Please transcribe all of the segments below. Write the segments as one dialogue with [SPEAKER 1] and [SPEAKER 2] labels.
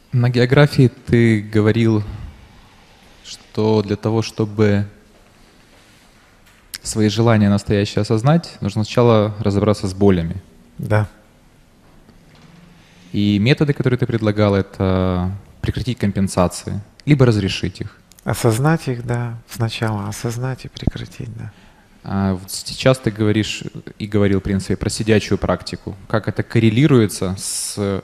[SPEAKER 1] На географии ты говорил, что для того, чтобы свои желания настоящие осознать, нужно сначала разобраться с болями.
[SPEAKER 2] Да.
[SPEAKER 1] И методы, которые ты предлагал, это прекратить компенсации, либо разрешить их.
[SPEAKER 2] Осознать их, да. Сначала осознать и прекратить, да.
[SPEAKER 1] А вот сейчас ты говоришь и говорил, в принципе, про сидячую практику. Как это коррелируется с...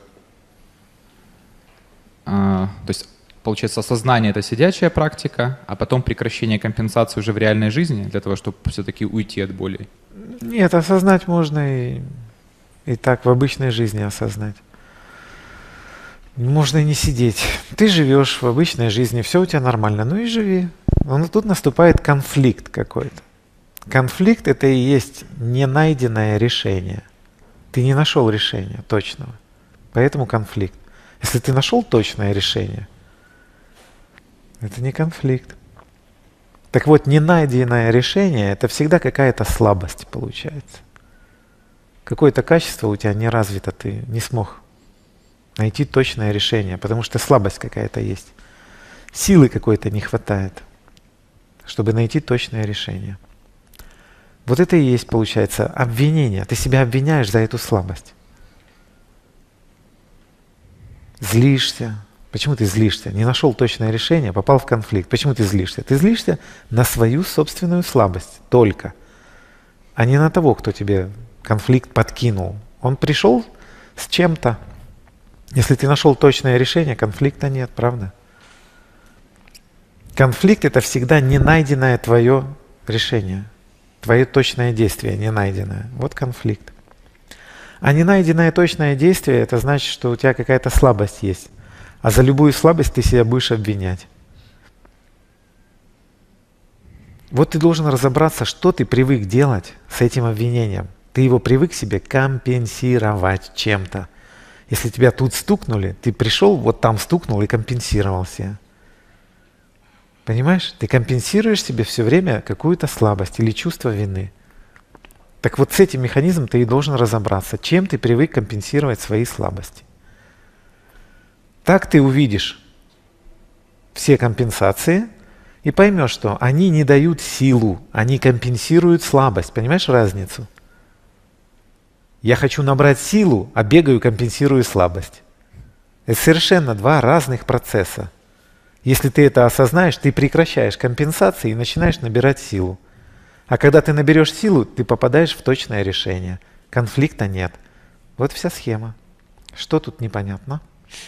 [SPEAKER 1] то есть, получается, осознание — это сидячая практика, а потом прекращение компенсации уже в реальной жизни, для того, чтобы все-таки уйти от боли?
[SPEAKER 2] Нет, осознать можно и так в обычной жизни осознать. Можно и не сидеть. Ты живешь в обычной жизни, все у тебя нормально, ну и живи. Но тут наступает конфликт какой-то. Конфликт — это и есть ненайденное решение. Ты не нашел решения точного, поэтому конфликт. Если ты нашел точное решение, это не конфликт. Так вот, ненайденное решение — это всегда какая-то слабость получается. Какое-то качество у тебя не развито, ты не смог найти точное решение, потому что слабость какая-то есть. Силы какой-то не хватает, чтобы найти точное решение. Вот это и есть, получается, обвинение. Ты себя обвиняешь за эту слабость. Злишься. Почему ты злишься? Не нашел точное решение, попал в конфликт. Почему ты злишься? Ты злишься на свою собственную слабость только, а не на того, кто тебе конфликт подкинул. Он пришел с чем-то. Если ты нашел точное решение, конфликта нет, правда? Конфликт — это всегда не найденное твое решение, твое точное действие не найденное. Вот конфликт. А не найденное точное действие — это значит, что у тебя какая-то слабость есть. А за любую слабость ты себя будешь обвинять. Вот ты должен разобраться, что ты привык делать с этим обвинением. Ты его привык себе компенсировать чем-то. Если тебя тут стукнули, ты пришел, вот там стукнул и компенсировал себя. Понимаешь? Ты компенсируешь себе все время какую-то слабость или чувство вины. Так вот с этим механизмом ты и должен разобраться, чем ты привык компенсировать свои слабости. Так ты увидишь все компенсации и поймешь, что они не дают силу, они компенсируют слабость. Понимаешь разницу? Я хочу набрать силу, а бегаю, компенсирую слабость. Это совершенно два разных процесса. Если ты это осознаешь, ты прекращаешь компенсации и начинаешь набирать силу. А когда ты наберешь силу, ты попадаешь в точное решение. Конфликта нет. Вот вся схема. Что тут непонятно?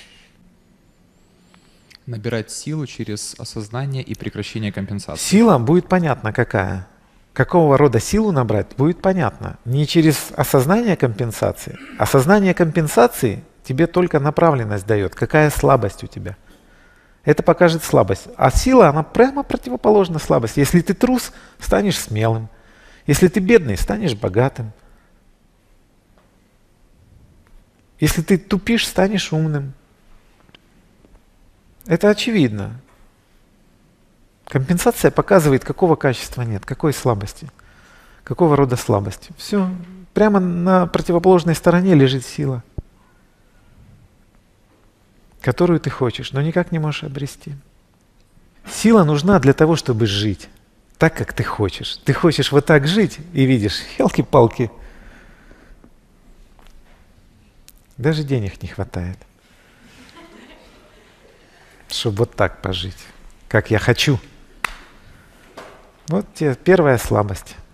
[SPEAKER 1] Набирать силу через осознание и прекращение компенсации.
[SPEAKER 2] Сила будет понятна какая. Какого рода силу набрать, будет понятно. Не через осознание компенсации. Осознание компенсации тебе только направленность дает. Какая слабость у тебя. Это покажет слабость. А сила, она прямо противоположна слабости. Если ты трус, станешь смелым. Если ты бедный, станешь богатым. Если ты тупишь, станешь умным. Это очевидно. Компенсация показывает, какого качества нет, какой слабости, какого рода слабости. Все. Прямо на противоположной стороне лежит сила, которую ты хочешь, но никак не можешь обрести. Сила нужна для того, чтобы жить так, как ты хочешь. Ты хочешь вот так жить и видишь, елки-палки, даже денег не хватает, чтобы вот так пожить, как я хочу. Вот тебе первая слабость.